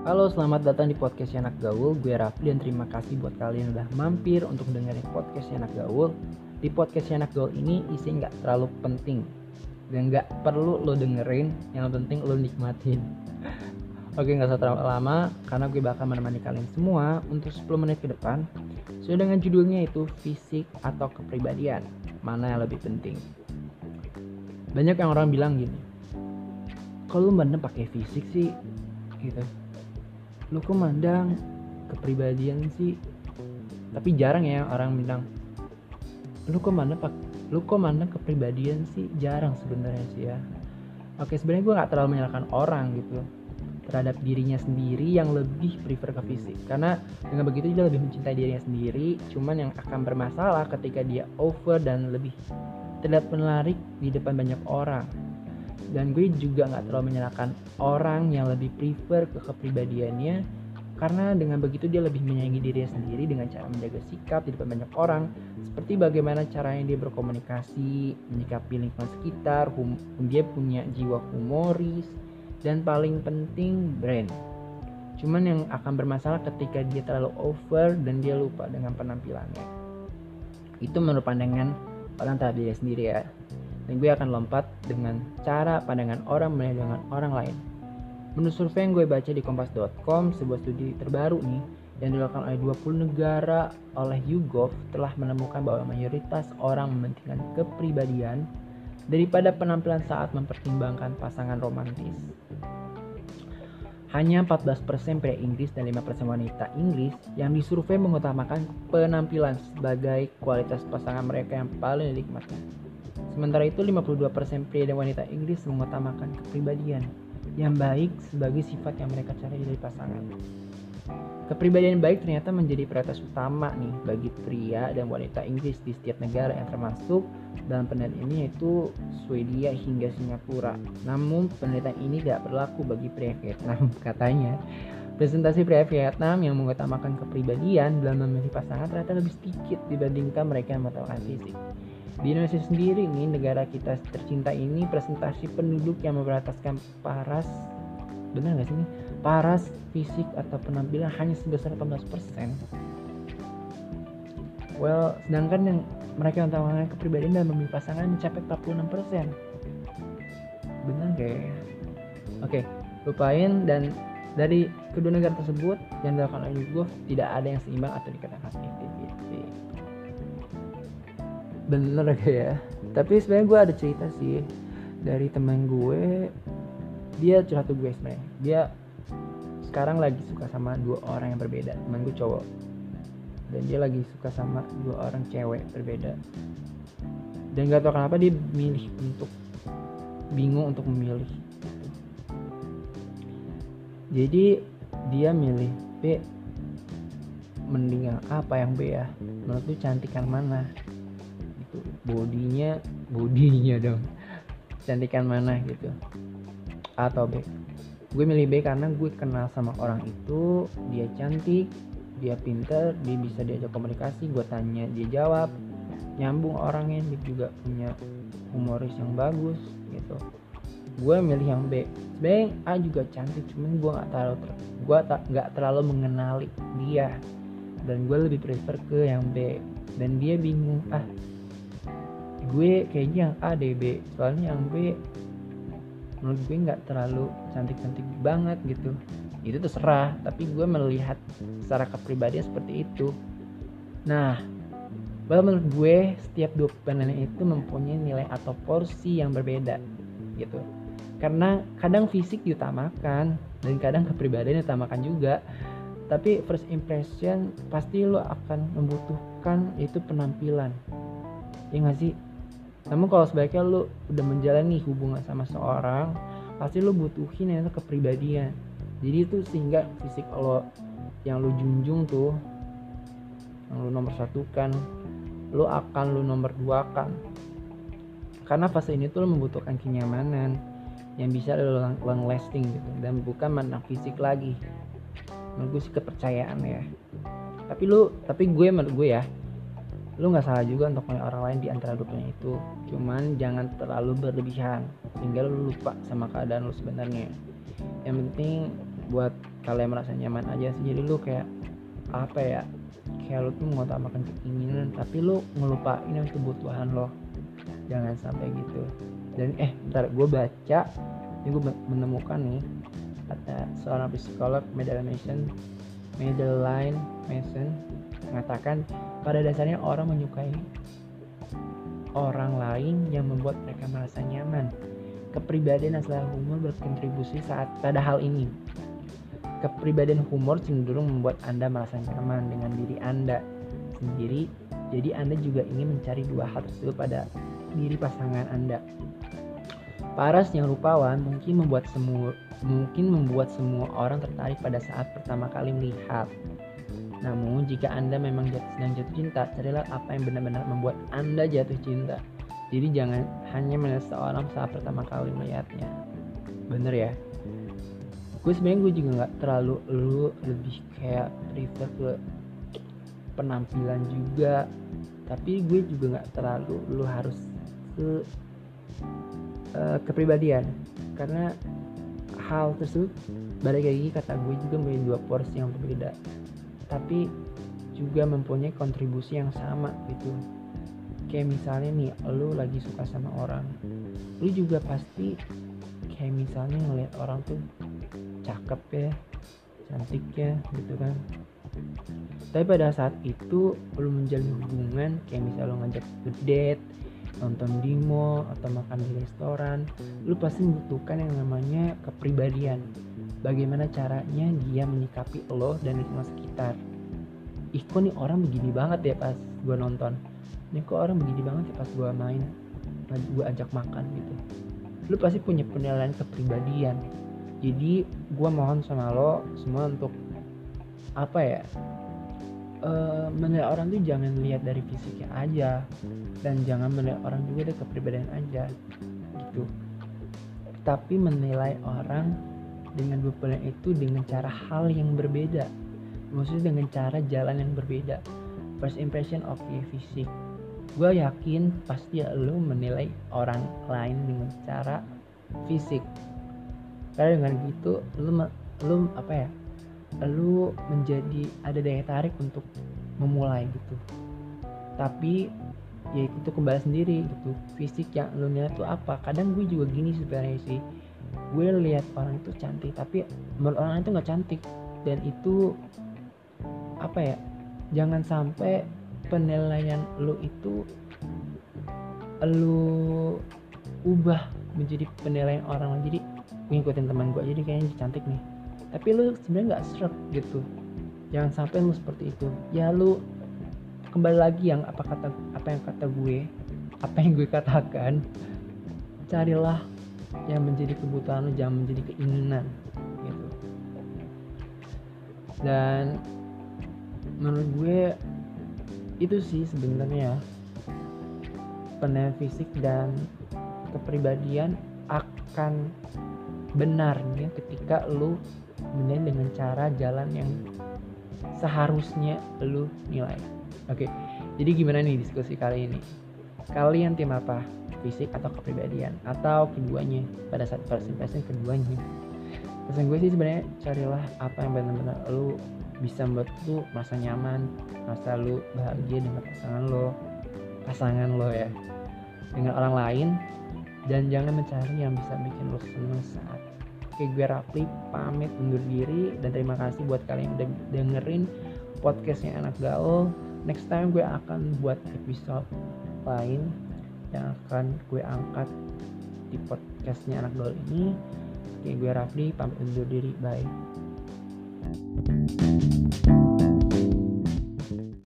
Halo, selamat datang di podcast Anak Gaul. Gue Rafli dan terima kasih buat kalian udah mampir untuk dengerin podcast Anak Gaul. Di podcast Anak Gaul ini isinya nggak terlalu penting dan nggak perlu lo dengerin. Yang penting lo nikmatin. Oke, nggak usah terlalu lama karena gue bakal menemani kalian semua untuk 10 menit ke depan. Sesuai dengan judulnya itu fisik atau kepribadian. Mana yang lebih penting? Banyak yang orang bilang gini, kalau lu mandang pakai fisik sih gitu, lu kok mandang kepribadian sih. Tapi jarang ya orang bilang lu kok mandang kepribadian sih. Jarang sebenarnya sih ya. Oke, sebenarnya gue nggak terlalu menyalahkan orang gitu terhadap dirinya sendiri yang lebih prefer ke fisik, karena dengan begitu dia lebih mencintai dirinya sendiri. Cuman yang akan bermasalah ketika dia over dan lebih terlihat menarik di depan banyak orang. Dan gue juga gak terlalu menyalahkan orang yang lebih prefer ke kepribadiannya, karena dengan begitu dia lebih menyayangi dirinya sendiri dengan cara menjaga sikap di depan banyak orang, seperti bagaimana caranya dia berkomunikasi, menyikapi lingkungan sekitar, dia punya jiwa humoris, dan paling penting brand. Cuman yang akan bermasalah ketika dia terlalu over dan dia lupa dengan penampilannya. Itu menurut pandangan orang terhadap diri sendiri ya. Dan gue akan lompat dengan cara pandangan orang menilai dengan orang lain. Menurut survei yang gue baca di kompas.com, sebuah studi terbaru nih yang dilakukan oleh 20 negara oleh YouGov telah menemukan bahwa mayoritas orang mementingkan kepribadian daripada penampilan saat mempertimbangkan pasangan romantis. Hanya 14% pria Inggris dan 5% wanita Inggris yang disurvei mengutamakan penampilan sebagai kualitas pasangan mereka yang paling dinikmati. Sementara itu 52% pria dan wanita Inggris mengutamakan kepribadian yang baik sebagai sifat yang mereka cari dari pasangan. Kepribadian baik ternyata menjadi prioritas utama nih bagi pria dan wanita Inggris di setiap negara yang termasuk dalam penelitian ini, yaitu Swedia hingga Singapura. Namun penelitian ini tidak berlaku bagi pria Vietnam katanya. Presentasi pria Vietnam yang mengutamakan kepribadian dalam memilih pasangan ternyata lebih sedikit dibandingkan mereka yang mengutamakan fisik. Di Indonesia sendiri nih, negara kita tercinta ini, presentasi penduduk yang memprioritaskan paras fisik atau penampilan hanya sebesar 18%. Sedangkan yang mereka yang utamakan kepribadian dan memilih pasangan mencapai 46%. Benar gak ya? Oke, lupain. Dan dari kedua negara tersebut yang dilakukan oleh YouGov tidak ada yang seimbang atau dikatakan 50-50. Bener gak ya? Tapi sebenarnya gue ada cerita sih dari teman gue. Dia curhat ke gue sebenarnya. Dia sekarang lagi suka sama 2 orang yang berbeda. Teman gue cowok, dan dia lagi suka sama 2 orang cewek berbeda. Dan gak tau kenapa dia bingung untuk memilih. Jadi dia milih B. Mending yang A apa yang B ya? Menurut lu cantikan mana? Itu bodinya dong. Cantikan mana gitu? A atau B? Gue milih B karena gue kenal sama orang itu. Dia cantik, dia pintar, dia bisa diajak komunikasi. Gue tanya dia jawab, nyambung orangnya. Dia juga punya humoris yang bagus gitu. Gue milih yang B. Sebenarnya A juga cantik, cuman gue nggak terlalu mengenali dia, dan gue lebih prefer ke yang B. Dan dia bingung, gue kayaknya yang A deh B, soalnya yang B menurut gue nggak terlalu cantik-cantik banget gitu. Itu terserah, tapi gue melihat secara kepribadian seperti itu. Nah, menurut gue setiap 2 penilaian itu mempunyai nilai atau porsi yang berbeda gitu. Karena kadang fisik diutamakan dan kadang kepribadian diutamakan juga. Tapi first impression pasti lo akan membutuhkan itu penampilan, ya nggak sih? Namun kalau sebaiknya lo udah menjalani hubungan sama seorang, pasti lo butuhin itu kepribadian. Jadi itu sehingga fisik lo yang lo junjung tuh, yang lo nomor satukan, lo akan lo nomor duakan. Karena fase ini tuh lo membutuhkan kenyamanan yang bisa lo long lasting gitu, dan bukan menang fisik lagi. Menurut gue sih kepercayaan ya. Tapi menurut gue ya, lu nggak salah juga untuk menilai orang lain di antara 2 itu. Cuman jangan terlalu berlebihan sehingga lu lupa sama keadaan lu sebenarnya. Yang penting buat kalian merasa nyaman aja sih. Jadi lu kayak apa ya, kayak lu tuh mengutamakan keinginan tapi lu ngelupain kebutuhan lo. Jangan sampai gitu. Dan bentar, gue baca ini, gue menemukan nih kata seorang psikolog Madeline Mason mengatakan pada dasarnya orang menyukai orang lain yang membuat mereka merasa nyaman. Kepribadian asal humor berkontribusi saat pada hal ini. Kepribadian humor cenderung membuat Anda merasa nyaman dengan diri Anda sendiri. Jadi Anda juga ingin mencari dua hal tersebut pada diri pasangan Anda. Paras yang rupawan mungkin membuat semua orang tertarik pada saat pertama kali melihat. Namun jika Anda memang sedang jatuh cinta, carilah apa yang benar-benar membuat Anda jatuh cinta. Jadi jangan hanya melihat seorang saat pertama kali melihatnya. Bener ya? Gue juga gak terlalu lebih kayak prefer ke penampilan juga. Tapi gue juga gak terlalu harus ke kepribadian. Karena hal tersebut balik lagi kata gue juga mempunyai dua porsi yang berbeda, tapi juga mempunyai kontribusi yang sama gitu. Kayak misalnya nih, lu lagi suka sama orang, lu juga pasti kayak misalnya ngeliat orang tuh cakep ya, cantik ya gitu kan. Tapi pada saat itu lu menjalin hubungan, kayak misalnya lu ngajak ke date, nonton di mall atau makan di restoran, lu pasti membutuhkan yang namanya kepribadian. Bagaimana caranya dia menyikapi lo dan lingkungan sekitar. Ih, kok nih orang begini banget ya pas gue nonton, nih kok orang begini banget ya pas gue main, gue ajak makan gitu. Lu pasti punya penilaian kepribadian. Jadi gue mohon sama lo semua untuk apa ya, menilai orang tuh jangan lihat dari fisiknya aja, dan jangan menilai orang juga dari kepribadian aja gitu. Tapi menilai orang dengan penilaian itu dengan cara hal yang berbeda, maksudnya dengan cara jalan yang berbeda. First impression of your fisik. Gue yakin pasti lo menilai orang lain dengan cara fisik. Karena dengan gitu lu apa ya, lu menjadi ada daya tarik untuk memulai gitu. Tapi ya itu kembali sendiri gitu, fisik yang lu lihat tuh apa. Kadang gue juga gini sebenarnya sih, gue lihat orang itu cantik tapi menurut orang itu nggak cantik. Dan itu apa ya, jangan sampai penilaian lu itu lu ubah menjadi penilaian orang lain. Jadi gue ngikutin teman gue, jadi kayaknya cantik nih, tapi lu sebenarnya nggak srek gitu. Jangan sampai lu seperti itu ya. Lu kembali lagi yang apa yang gue katakan, carilah yang menjadi kebutuhan lu, jangan menjadi keinginan gitu. Dan menurut gue itu sih sebenarnya penilaian fisik dan kepribadian akan benarnya ketika lu menilai dengan cara jalan yang seharusnya lu nilai. Oke, jadi gimana nih diskusi kali ini? Kalian tim apa? Fisik atau kepribadian? Atau keduanya? Pada saat first impression keduanya. Pesan gue sih sebenarnya carilah apa yang benar-benar lu bisa membuat lu merasa nyaman, merasa lu bahagia dengan pasangan lo ya, dengan orang lain. Dan jangan mencari yang bisa bikin lo seneng saat. Oke, gue Rafli pamit undur diri, dan terima kasih buat kalian yang udah dengerin podcastnya Anak Gaul. Next time gue akan buat episode lain yang akan gue angkat di podcastnya Anak Gaul ini. Oke, gue Rafli pamit undur diri, bye.